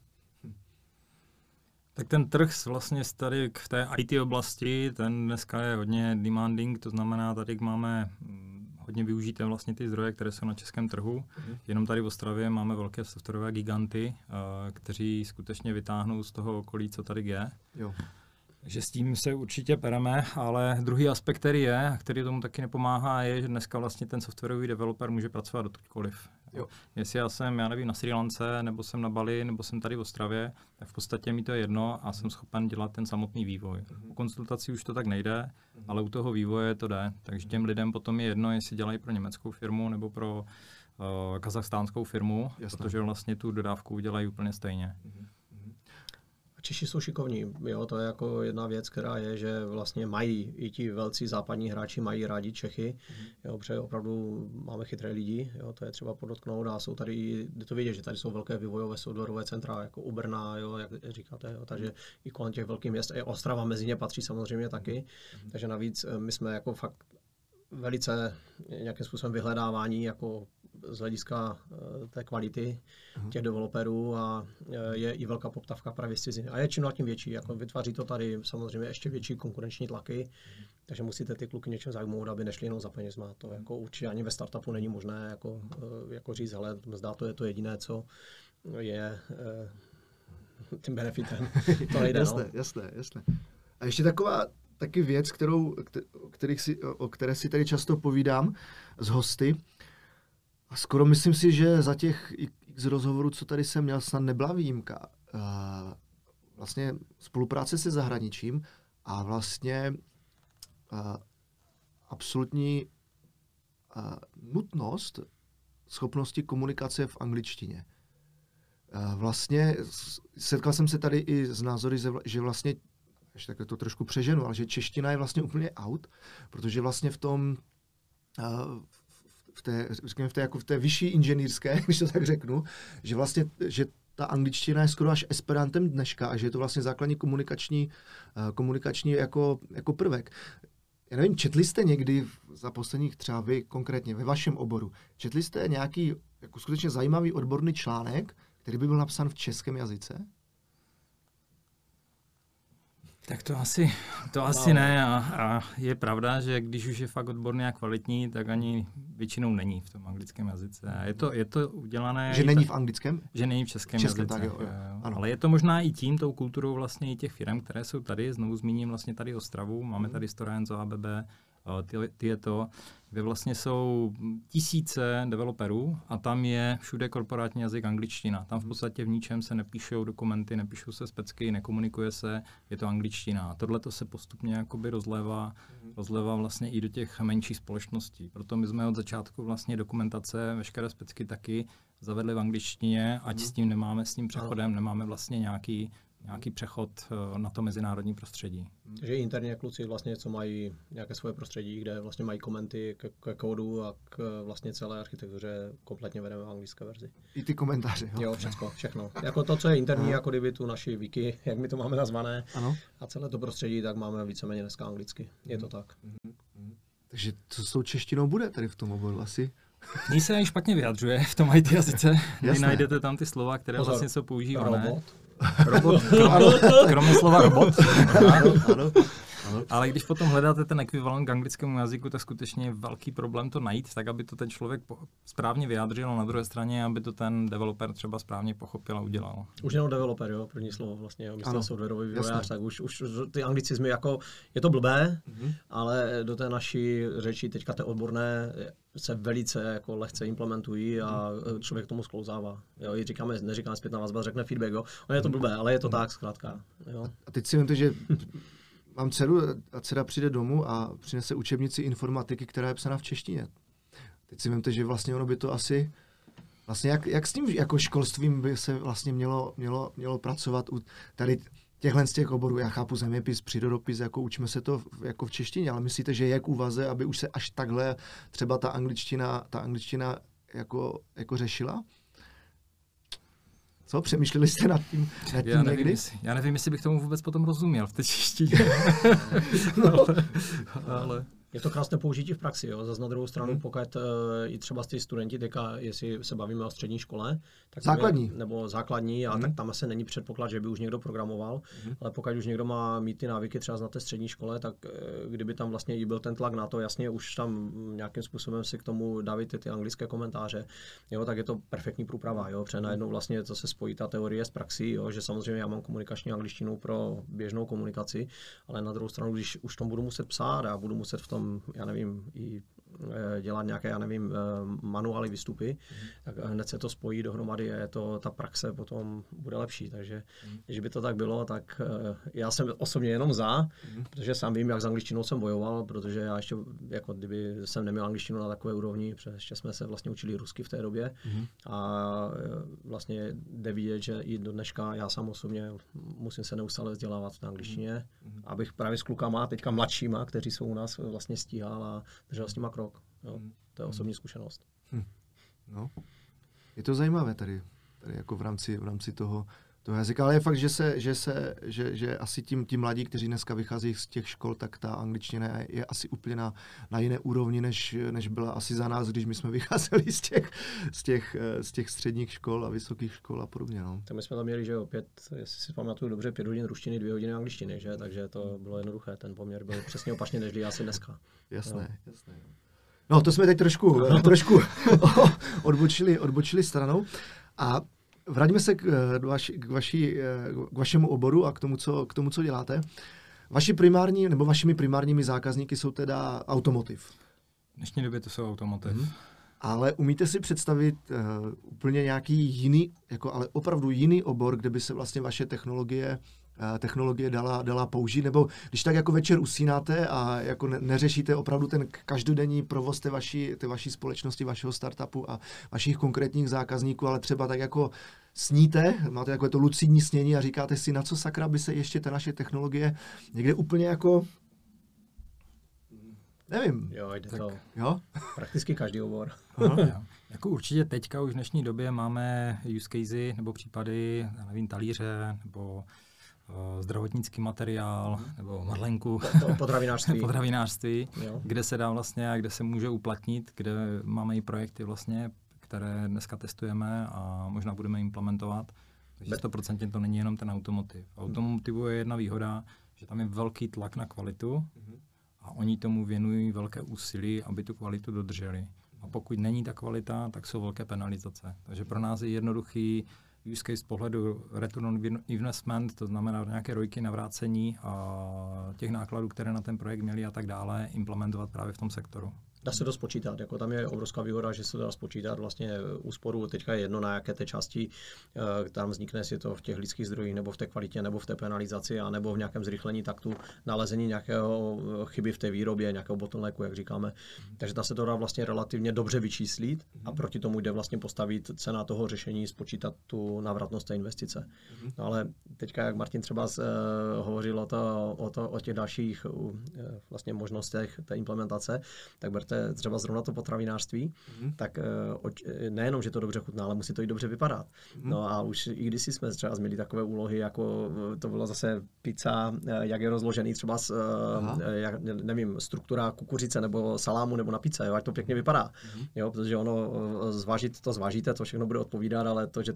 B: Tak ten trh vlastně tady v té IT oblasti, ten dneska je hodně demanding, to znamená, tady máme hodně využité vlastně ty zdroje, které jsou na českém trhu. Jenom tady v Ostravě máme velké softwarové giganty, kteří skutečně vytáhnou z toho okolí, co tady je. Jo. Takže s tím se určitě pereme, ale druhý aspekt, který tomu taky nepomáhá, je, že dneska vlastně ten softwarový developer může pracovat odkudkoliv. Jo. Jestli já jsem, na Srí Lance, nebo jsem na Bali, nebo jsem tady v Ostravě, tak v podstatě mi to je jedno a jsem schopen dělat ten samotný vývoj. U konzultací už to tak nejde, ale u toho vývoje to jde. Takže těm lidem potom je jedno, jestli dělají pro německou firmu nebo pro kazachstánskou firmu, protože vlastně tu dodávku dělají úplně stejně.
C: Češi jsou šikovní, jo, to je jako jedna věc, která je, že vlastně mají i ti velcí západní hráči mají rádi Čechy, jo, protože opravdu máme chytré lidi, jo, to je třeba podotknout a jsou tady, jde to vidět, že tady jsou velké vývojové softwarové centra, jako u Brna, jo, jak říkáte, jo, takže i kolem těch velkých měst, i Ostrava mezi ně patří samozřejmě taky, takže navíc my jsme jako fakt velice nějakým způsobem vyhledávání jako z hlediska té kvality těch developerů a je i velká poptávka právě z ciziny. A je čím dál tím větší, jako vytváří to tady samozřejmě ještě větší konkurenční tlaky, takže musíte ty kluky něčem zaujmout, aby nešli jenom za penězma. To jako určitě ani ve startupu není možné jako říct, hele, mzda to je to jediné, co je tím benefitem. To nejde,
A: jasné. A ještě taková taky věc, o které si tady často povídám s hosty. A skoro myslím si, že za těch x rozhovorů, co tady jsem měl, snad nebyla výjimka. Vlastně spolupráce se zahraničím a vlastně absolutní nutnost schopnosti komunikace v angličtině. Vlastně setkal jsem se tady i z názory, že vlastně, ještě takhle to trošku přeženu, ale že čeština je vlastně úplně out, protože vlastně v tom v té vyšší inženýrské, když to tak řeknu, že vlastně, že ta angličtina je skoro až esperantem dneška a že je to vlastně základní komunikační jako prvek. Já nevím, četli jste někdy za posledních třeba vy konkrétně ve vašem oboru, četli jste nějaký jako skutečně zajímavý odborný článek, který by byl napsán v českém jazyce?
B: Tak to asi ne a je pravda, že když už je fakt odborný a kvalitní, tak ani většinou není v tom anglickém jazyce. Je to udělané...
A: Že není v anglickém?
B: Že není v českém jazyce. Tak jo. Ale je to možná i tím, tou kulturou vlastně i těch firm, které jsou tady. Znovu zmíním vlastně tady Ostravu, máme tady Stora Enso, ABB, Tieto, kde vlastně jsou tisíce developerů a tam je všude korporátní jazyk angličtina. Tam v podstatě v ničem se nepíšou dokumenty, nepíšou se specky, nekomunikuje se, je to angličtina. A tohle to se postupně jakoby rozlévá vlastně i do těch menších společností. Proto my jsme od začátku vlastně dokumentace, veškeré specky taky zavedli v angličtině, ať s tím nemáme, s tím přechodem nemáme vlastně nějaký přechod na to mezinárodní prostředí.
C: Takže interně kluci vlastně, co mají nějaké svoje prostředí, kde vlastně mají komenty k kódu a k vlastně celé architektuře kompletně vedeme v anglické verzi.
A: I ty komentáře.
C: Jo, všechno. Jako to, co je interní, jako kdyby tu naši wiki, jak my to máme nazvané,
A: ano.
C: A celé to prostředí, tak máme víceméně dneska anglicky. Je to tak.
A: Takže co s tou češtinou bude tady v tom oboru asi?
B: Ní se i špatně vyjadřuje v tom IT jazyce. Vy najdete tam ty slova, které vlastně jsou používané.
C: Robot,
B: kromě slova robot.
A: Ano.
B: Ale když potom hledáte ten ekvivalent k anglickému jazyku, tak skutečně je velký problém to najít, tak aby to ten člověk správně vyjádřil, a na druhé straně, aby to ten developer třeba správně pochopil a udělal.
C: Už jenom developer, jo, první slovo vlastně, jo, myslím, softwarový vývojář, tak už ty anglicizmy, jako je to blbé, ale do té naší řeči teďka té odborné se velice jako lehce implementují a člověk tomu sklouzává. Jo, i neříkáme zpětná vazba, řekne feedback, jo. Je to blbé, ale je to tak zkrátka. Jo.
A: A teď si vemte, že mám dceru a dcera přijde domů a přinese učebnici informatiky, která je psaná v češtině. Teď si vemte, že vlastně ono by to asi... Vlastně jak s tím jako školstvím by se vlastně mělo pracovat u tady těchhle z těch oborů? Já chápu zeměpis, přírodopis, jako učíme se to jako v češtině, ale myslíte, že je k úvaze, aby už se až takhle třeba ta angličtina jako řešila? Co? Přemýšleli jste nad tím někdy?
B: Já nevím, jestli bych tomu vůbec potom rozuměl v té češtině. ale...
C: Je to krásné použití v praxi, jo. Zas na druhou stranu, pokud i třeba ty studenti, teďka, jestli se bavíme o střední škole, tak
A: základní.
C: Nebo základní, a tak tam asi není předpoklad, že by už někdo programoval, ale pokud už někdo má mít ty návyky třeba na té střední škole, tak kdyby tam vlastně i byl ten tlak na to, jasně už tam nějakým způsobem si k tomu dávíte ty anglické komentáře, jo, tak je to perfektní průprava, jo, protože najednou vlastně to se spojí ta teorie s praxí, jo, že samozřejmě já mám komunikační angličtinu pro běžnou komunikaci, ale na druhou stranu, když už tom budu muset psát a budu muset v tom, já nevím, i dělat nějaké, já nevím, manuály, výstupy, tak hned se to spojí dohromady a ta praxe potom bude lepší. Takže když by to tak bylo, tak já jsem osobně jenom za, protože sám vím, jak s angličtinou jsem bojoval, protože já ještě, jako kdyby jsem neměl angličtinu na takové úrovni, protože ještě jsme se vlastně učili rusky v té době a vlastně jde vidět, že i do dneška já sám osobně musím se neustále vzdělávat v té angličtině, abych právě s klukama, teďka mladšíma, kteří jsou u nás, vlastně stíhal a držel s nima krok. Jo, to je osobní zkušenost.
A: No, je to zajímavé tady jako v rámci toho jazyka, ale je fakt, že asi ti mladí, kteří dneska vycházejí z těch škol, tak ta angličtina je asi úplně na jiné úrovni, než byla asi za nás, když my jsme vycházeli z těch středních škol a vysokých škol a podobně. No.
C: Tak my jsme tam měli, že opět, jestli si pamatuju dobře, 5 hodin ruštiny, 2 hodiny angličtiny, že? Takže to bylo jednoduché, ten poměr byl přesně opačně, než asi dneska.
A: Jasné. No, to jsme teď trošku odbočili stranou a vraťme se k vašemu oboru a k tomu, co děláte. Vašimi primárními zákazníky jsou teda automotiv.
B: V dnešní době to jsou automotiv.
A: Ale umíte si představit úplně nějaký jiný, ale opravdu jiný obor, kde by se vlastně vaše technologie dala použít, nebo když tak jako večer usínáte a jako neřešíte opravdu ten každodenní provoz té vaší společnosti, vašeho startupu a vašich konkrétních zákazníků, ale třeba tak jako sníte, máte jako to lucidní snění a říkáte si, na co sakra by se ještě ta naše technologie někde úplně jako nevím.
C: Jo, jde
A: tak,
C: to.
A: Jo?
C: Prakticky každý obor.
B: Jako určitě teďka už v dnešní době máme use casey nebo případy, já nevím, talíře nebo zdravotnický materiál nebo marlenku, potravinářství, kde se dá vlastně a kde se může uplatnit, kde máme i projekty vlastně, které dneska testujeme a možná budeme implementovat. Takže 100% to není jenom ten automotiv. Automotivu je jedna výhoda, že tam je velký tlak na kvalitu a oni tomu věnují velké úsilí, aby tu kvalitu dodrželi. A pokud není ta kvalita, tak jsou velké penalizace. Takže pro nás je jednoduchý use case z pohledu return on investment, to znamená nějaké rojky na vrácení a těch nákladů, které na ten projekt měli a tak dále, implementovat právě v tom sektoru.
C: Dá se to spočítat, jako tam je obrovská výhoda, že se dá spočítat vlastně úsporu, teďka je jedno, na jaké té části tam vznikne, si to v těch lidských zdrojích, nebo v té kvalitě, nebo v té penalizaci, a nebo v nějakém zrychlení taktu, nalezení nějakého chyby v té výrobě, nějakého bottlenecku, jak říkáme. Takže tam se to dá vlastně relativně dobře vyčíslit a proti tomu jde vlastně postavit cena toho řešení, spočítat tu návratnost té investice. No ale teďka, jak Martin třeba hovořil o těch dalších vlastně možnostech té implementace, tak berte třeba zrovna to potravinářství, tak nejenom, že to dobře chutná, ale musí to i dobře vypadat. No a už i kdysi jsme třeba měli takové úlohy, jako to bylo zase pizza, jak je rozložený třeba nevím, struktura kukuřice nebo salámu nebo na pizze, jo, ať to pěkně vypadá. Jo, protože ono zvážíte, to všechno bude odpovídat, ale to, že to bude nějak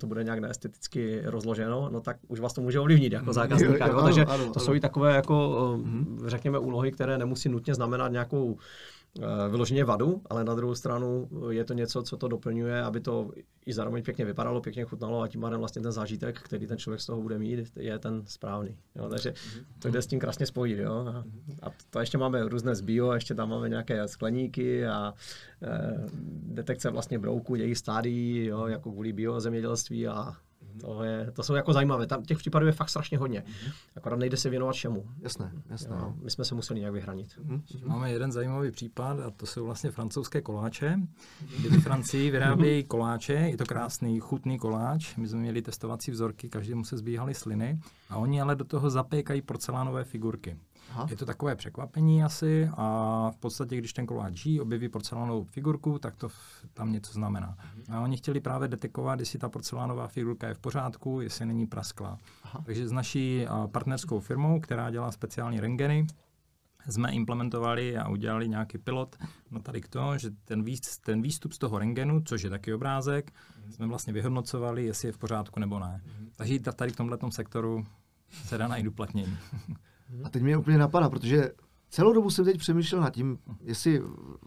C: řekněme, esteticky rozloženo, no tak už vás to může ovlivnit jako zákazníka. Takže to jsou i takové jako, řekněme, úlohy, které nemusí nutně znamenat nějakou vyloženě vadu, ale na druhou stranu je to něco, co to doplňuje, aby to i zároveň pěkně vypadalo, pěkně chutnalo a tím pádem vlastně ten zážitek, který ten člověk z toho bude mít, je ten správný. Jo? Takže to jde s tím krásně spojit. Jo? A to ještě máme různé z bio, ještě tam máme nějaké skleníky a detekce vlastně brouků, jejich stádií, jo? Jako kvůli biozemědělství a to jsou jako zajímavé. Tam těch případů je fakt strašně hodně. Akorát nejde se věnovat všemu.
A: Jasné.
C: Jo, my jsme se museli nějak vyhranit.
B: Máme jeden zajímavý případ a to jsou vlastně francouzské koláče. Kdy v Francii vyrábějí koláče, je to krásný, chutný koláč. My jsme měli testovací vzorky, každému se zbíhaly sliny a oni ale do toho zapékají porcelánové figurky. Aha. Je to takové překvapení asi a v podstatě, když ten koláč jí, objeví porcelánovou figurku, tak to tam něco znamená. A oni chtěli právě detekovat, jestli ta porcelánová figurka je v pořádku, jestli není prasklá. Aha. Takže s naší partnerskou firmou, která dělá speciální rentgeny, jsme implementovali a udělali nějaký pilot no tady k tomu, že ten výstup z toho rentgenu, což je taky obrázek, jsme vlastně vyhodnocovali, jestli je v pořádku nebo ne. Takže tady v tomhletom sektoru se dá najít uplatnění.
A: A teď mě úplně napadá, protože celou dobu jsem teď přemýšlel nad tím, jestli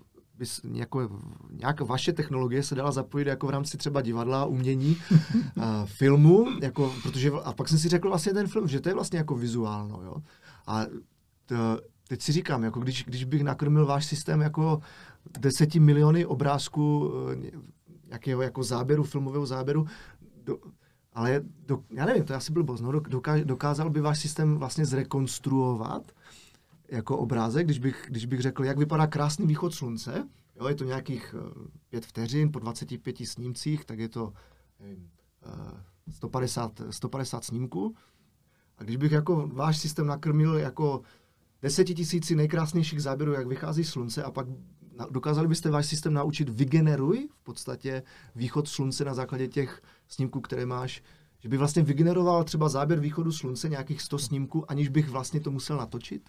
A: nějak vaše technologie se dala zapojit jako v rámci třeba divadla, umění, filmu, jako, protože, a pak jsem si řekl vlastně ten film, že to je vlastně jako vizuálno, jo. A teď si říkám, jako když bych nakrmil váš systém jako 10 miliony obrázků nějakého jako záběru, filmového záběru, ale já nevím, to je asi blbost, no, dokázal by váš systém vlastně zrekonstruovat jako obrázek, když bych řekl, jak vypadá krásný východ slunce, jo, je to nějakých 5 vteřin po 25 snímcích, tak je to nevím, 150 snímků. A když bych jako váš systém nakrmil jako 10 000 nejkrásnějších záběrů, jak vychází slunce, a pak dokázali byste váš systém naučit vygeneruj v podstatě východ slunce na základě těch snímků, které máš, že by vlastně vygeneroval třeba záběr východu slunce, nějakých 100 snímků, aniž bych vlastně to musel natočit?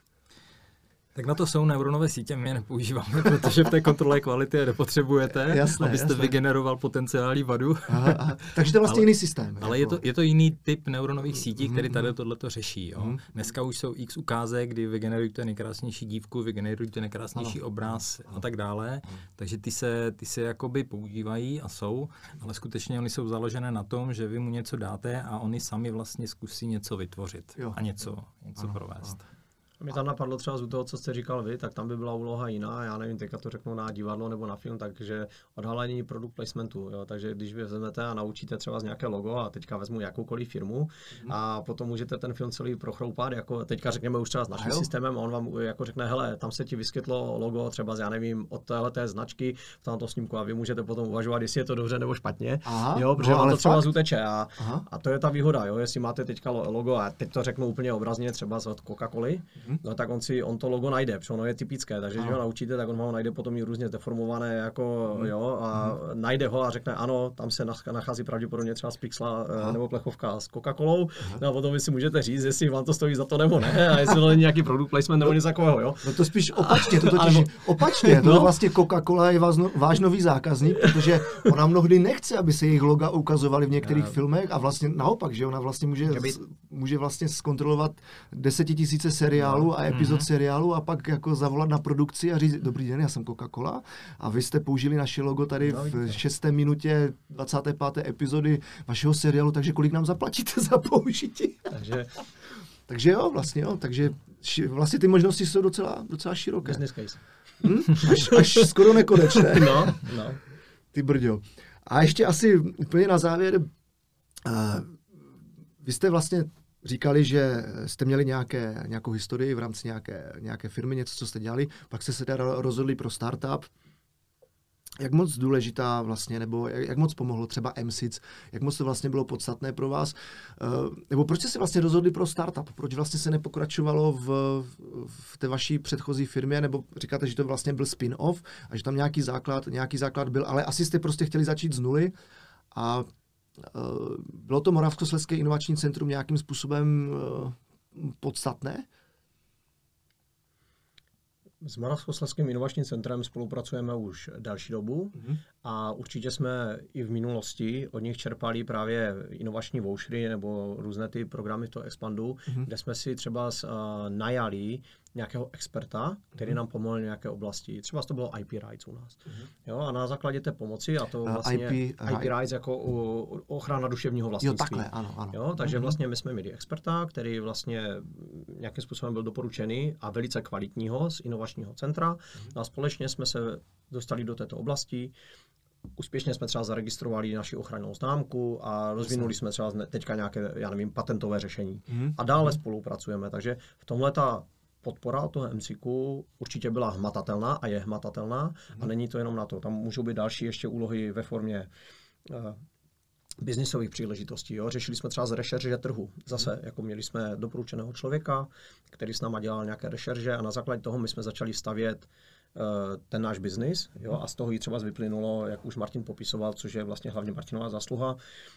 B: Tak na to jsou neuronové sítě, my je nepoužíváme, protože v té kontrole kvality je nepotřebujete, abyste vygeneroval potenciální vadu.
A: Aha. Takže to je vlastně jiný systém.
B: Ale jako. je to jiný typ neuronových sítí, který tady tohleto řeší. Jo? Dneska už jsou x ukázek, kdy vygenerujete nejkrásnější dívku, vygenerujete nejkrásnější obraz a tak dále. Takže ty se jakoby používají a jsou, ale skutečně oni jsou založené na tom, že vy mu něco dáte a oni sami vlastně zkusí něco vytvořit a něco provést.
C: Mě tam napadlo třeba z toho, co jste říkal vy, tak tam by byla úloha jiná, já nevím, teďka to řeknu na divadlo nebo na film, takže odhalení product placementu, jo, takže když vy vezmete a naučíte třeba z nějaké logo a teďka vezmu jakoukoliv firmu a potom můžete ten film celý prochroupat, jako teďka řekněme už třeba s naším systémem, on vám jako řekne, hele, tam se ti vyskytlo logo třeba, já nevím, od téhleté značky v tomto snímku a vy můžete potom uvažovat, jestli je to dobře nebo špatně, jo, protože vám to třeba zuteče a to je ta výhoda, jo, jestli máte teďka logo a teď to řeknu úplně obrazně třeba od Coca-Coly, no tak on to logo najde, protože ono je typické, takže když ho naučíte, tak on ho najde potom i různě deformované jako, jo, a najde ho a řekne ano, tam se nachází pravděpodobně třeba z pixla nebo plechovka s Coca-Colou, no a potom vy si můžete říct, jestli vám to stojí za to nebo ne, a jestli to není nějaký product placement nebo něco takového, jo.
A: No to spíš opačně, to vlastně Coca-Cola je váš nový zákazník, protože ona mnohdy nechce, aby se jejich loga ukazovaly v některých filmech a vlastně naopak, že ona vlastně může vlastně zkontrolovat 10 000 seriálů a epizod seriálu a pak jako zavolat na produkci a říct, dobrý den, já jsem Coca-Cola a vy jste použili naše logo tady v 6. minutě 25. epizody vašeho seriálu, takže kolik nám zaplatíte za použití? Takže jo, takže vlastně ty možnosti jsou docela široké.
C: Business case.
A: Až skoro nekonečné.
C: No.
A: Ty brďo. A ještě asi úplně na závěr, vy jste vlastně říkali, že jste měli nějakou historii v rámci nějaké firmy, něco, co jste dělali, pak jste se teda rozhodli pro startup. Jak moc důležitá vlastně, nebo jak moc pomohlo třeba MSIC, jak moc to vlastně bylo podstatné pro vás, nebo proč jste se vlastně rozhodli pro startup, proč vlastně se nepokračovalo v té vaší předchozí firmě, nebo říkáte, že to vlastně byl spin-off a že tam nějaký základ byl, ale asi jste prostě chtěli začít z nuly a bylo to Moravskoslezské inovační centrum nějakým způsobem podstatné?
C: S Moravskoslezským inovačním centrem spolupracujeme už delší dobu a určitě jsme i v minulosti od nich čerpali právě inovační vouchery nebo různé ty programy toho Expandu, kde jsme si třeba najali nějakého experta, který nám pomohl v nějaké oblasti. Třeba to bylo IP Rights u nás. Jo, a na základě té pomoci, a to vlastně IP Rights jako ochrana duševního vlastnictví.
A: Jo, takhle, ano.
C: Jo, takže vlastně my jsme měli experta, který vlastně nějakým způsobem byl doporučený a velice kvalitního z inovačního centra. A společně jsme se dostali do této oblasti. Úspěšně jsme třeba zaregistrovali naši ochrannou známku a rozvinuli jsme třeba teďka nějaké, já nevím, patentové řešení. A dále spolupracujeme. Takže v tomhle ta podpora toho MSIKu určitě byla hmatatelná a je hmatatelná a není to jenom na to. Tam můžou být další ještě úlohy ve formě biznisových příležitostí. Jo. Řešili jsme třeba z rešerže trhu. Zase, jako měli jsme doporučeného člověka, který s náma dělal nějaké rešerže a na základě toho my jsme začali stavět ten náš biznis, jo, a z toho jí třeba vyplynulo, jak už Martin popisoval, což je vlastně hlavně Martinová zásluha,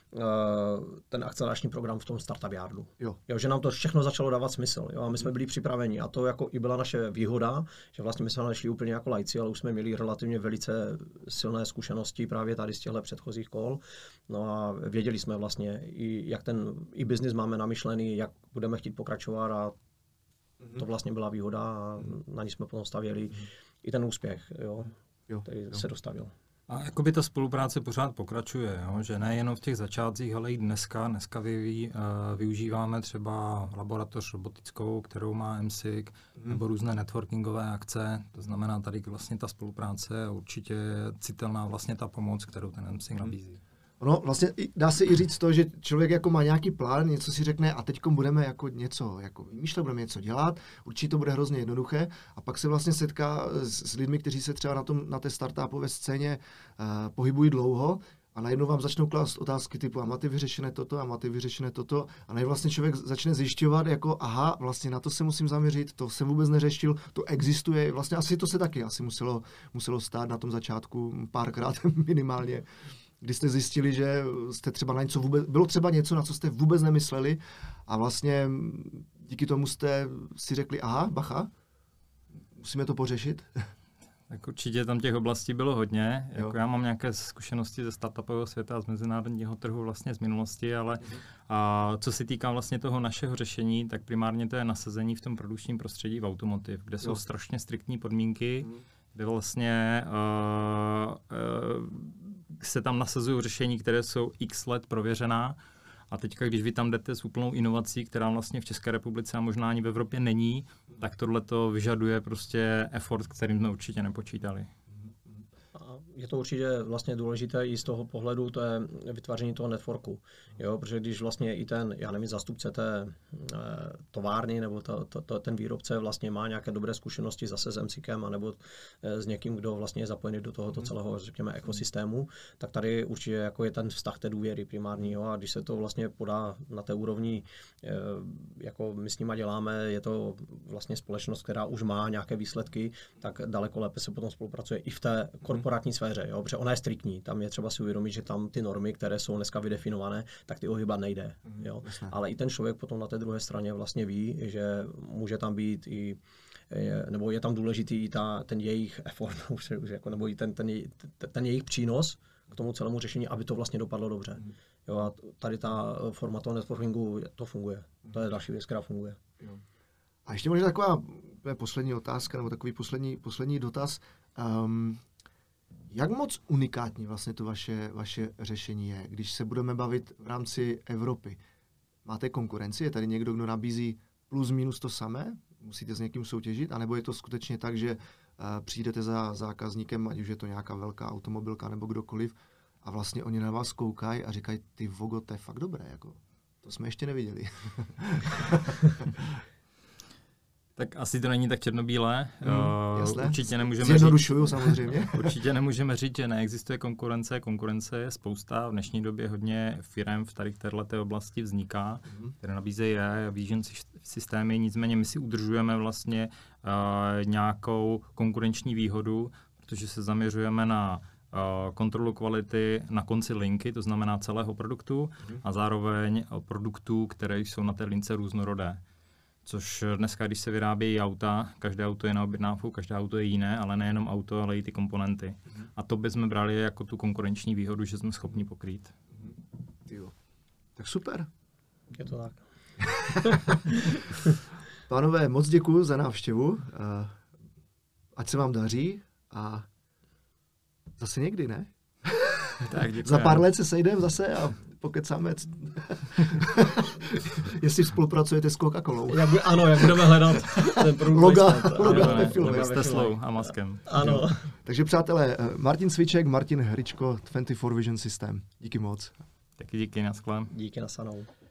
C: ten akcelerační program v tom Startup Yardu. Jo, že nám to všechno začalo dávat smysl, jo, a my jsme byli připraveni a to jako i byla naše výhoda, že vlastně my jsme nešli úplně jako lajci, ale už jsme měli relativně velice silné zkušenosti právě tady z těchto předchozích kol, no a věděli jsme vlastně, jak ten biznis máme namyšlený, jak budeme chtít pokračovat a to vlastně byla výhoda a na ní jsme potom stavěli i ten úspěch, který se dostavil.
B: A jakoby ta spolupráce pořád pokračuje, jo? Že nejenom v těch začátcích, ale i dneska využíváme třeba laboratoř robotickou, kterou má MSIK, nebo různé networkingové akce, to znamená tady vlastně ta spolupráce a určitě citelná vlastně ta pomoc, kterou ten MSIK nabízí.
A: No, vlastně dá se i říct to, že člověk jako má nějaký plán, něco si řekne a teď budeme jako něco jako vymýšlet, budeme něco dělat, určitě to bude hrozně jednoduché a pak se vlastně setká s lidmi, kteří se třeba na té startupové scéně pohybují dlouho a najednou vám začnou klást otázky typu a máte vyřešené toto a máte vyřešené toto a najednou vlastně člověk začne zjišťovat jako aha, vlastně na to se musím zaměřit, to jsem vůbec neřešil, to existuje, vlastně asi to se taky asi muselo stát na tom začátku párkrát minimálně. Kdy jste zjistili, že jste třeba na něco bylo třeba něco, na co jste vůbec nemysleli a vlastně díky tomu jste si řekli, aha, bacha, musíme to pořešit?
B: Tak určitě tam těch oblastí bylo hodně. Jako já mám nějaké zkušenosti ze startupového světa a z mezinárodního trhu vlastně z minulosti, ale co se týká vlastně toho našeho řešení, tak primárně to je nasazení v tom produkčním prostředí v automotiv, kde jsou strašně striktní podmínky, kde vlastně se tam nasazují řešení, které jsou x let prověřená. A teďka, když vy tam jdete s úplnou inovací, která vlastně v České republice a možná ani v Evropě není, tak tohle to vyžaduje prostě effort, kterým jsme určitě nepočítali.
C: Je to určitě vlastně důležité i z toho pohledu, to je vytváření toho networku. Jo, protože když vlastně i ten, já nevím, zástupce té továrny nebo ten výrobce vlastně má nějaké dobré zkušenosti zase s MSIKem anebo s někým, kdo vlastně je zapojený do tohoto celého, řekněme, ekosystému, tak tady určitě jako je ten vztah té důvěry primární. Jo, a když se to vlastně podá na té úrovni, jako my s nima děláme, je to vlastně společnost, která už má nějaké výsledky, tak daleko lépe se potom spolupracuje i v té korporátní sféře, jo, protože ona je striktní. Tam je třeba si uvědomit, že tam ty normy, které jsou dneska vydefinované, tak ty ohybat nejde. Jo. Ale i ten člověk potom na té druhé straně vlastně ví, že může tam být i nebo je tam důležitý i ten jejich effort, nebo i ten jejich přínos k tomu celému řešení, aby to vlastně dopadlo dobře. Jo, a tady ta forma toho networkingu, to funguje. To je další věc, která funguje.
A: Jo. A ještě možná taková poslední otázka, nebo takový poslední dotaz. Jak moc unikátní vlastně to vaše řešení je, když se budeme bavit v rámci Evropy? Máte konkurenci? Je tady někdo, kdo nabízí plus minus to samé? Musíte s někým soutěžit? A nebo je to skutečně tak, že přijdete za zákazníkem, ať už je to nějaká velká automobilka nebo kdokoliv, a vlastně oni na vás koukají a říkají, ty vogo, to je fakt dobré, jako, to jsme ještě neviděli.
B: Tak asi to není tak černobílé. Určitě nemůžeme
A: zjednodušuju samozřejmě.
B: Určitě nemůžeme říct, že neexistuje konkurence. Konkurence je spousta. V dnešní době hodně firem v tady této oblasti vzniká, které nabízejí AI a vision systémy. Nicméně my si udržujeme vlastně nějakou konkurenční výhodu, protože se zaměřujeme na kontrolu kvality na konci linky, to znamená celého produktu, a zároveň produktů, které jsou na té lince různorodé. Což dneska, když se vyrábějí auta, každé auto je na objednávku, každé auto je jiné, ale nejenom auto, ale i ty komponenty. A to bychom brali jako tu konkurenční výhodu, že jsme schopni pokrýt.
A: Tak super.
C: Je to tak.
A: Pánové, moc děkuji za návštěvu. Ať se vám daří a zase někdy, ne?
B: Tak, děkuji.
A: Za pár let se sejdeme zase a pokecáme, jestli spolupracujete s Coca-Colou.
C: Jak budeme hledat ten produkt.
A: Loga ve filmech.
B: S Teslou a Muskem.
C: Ano.
A: Takže přátelé, Martin Cviček, Martin Hryčko, 24 Vision System. Díky moc.
B: Taky díky, naschle.
C: Díky, nasanou.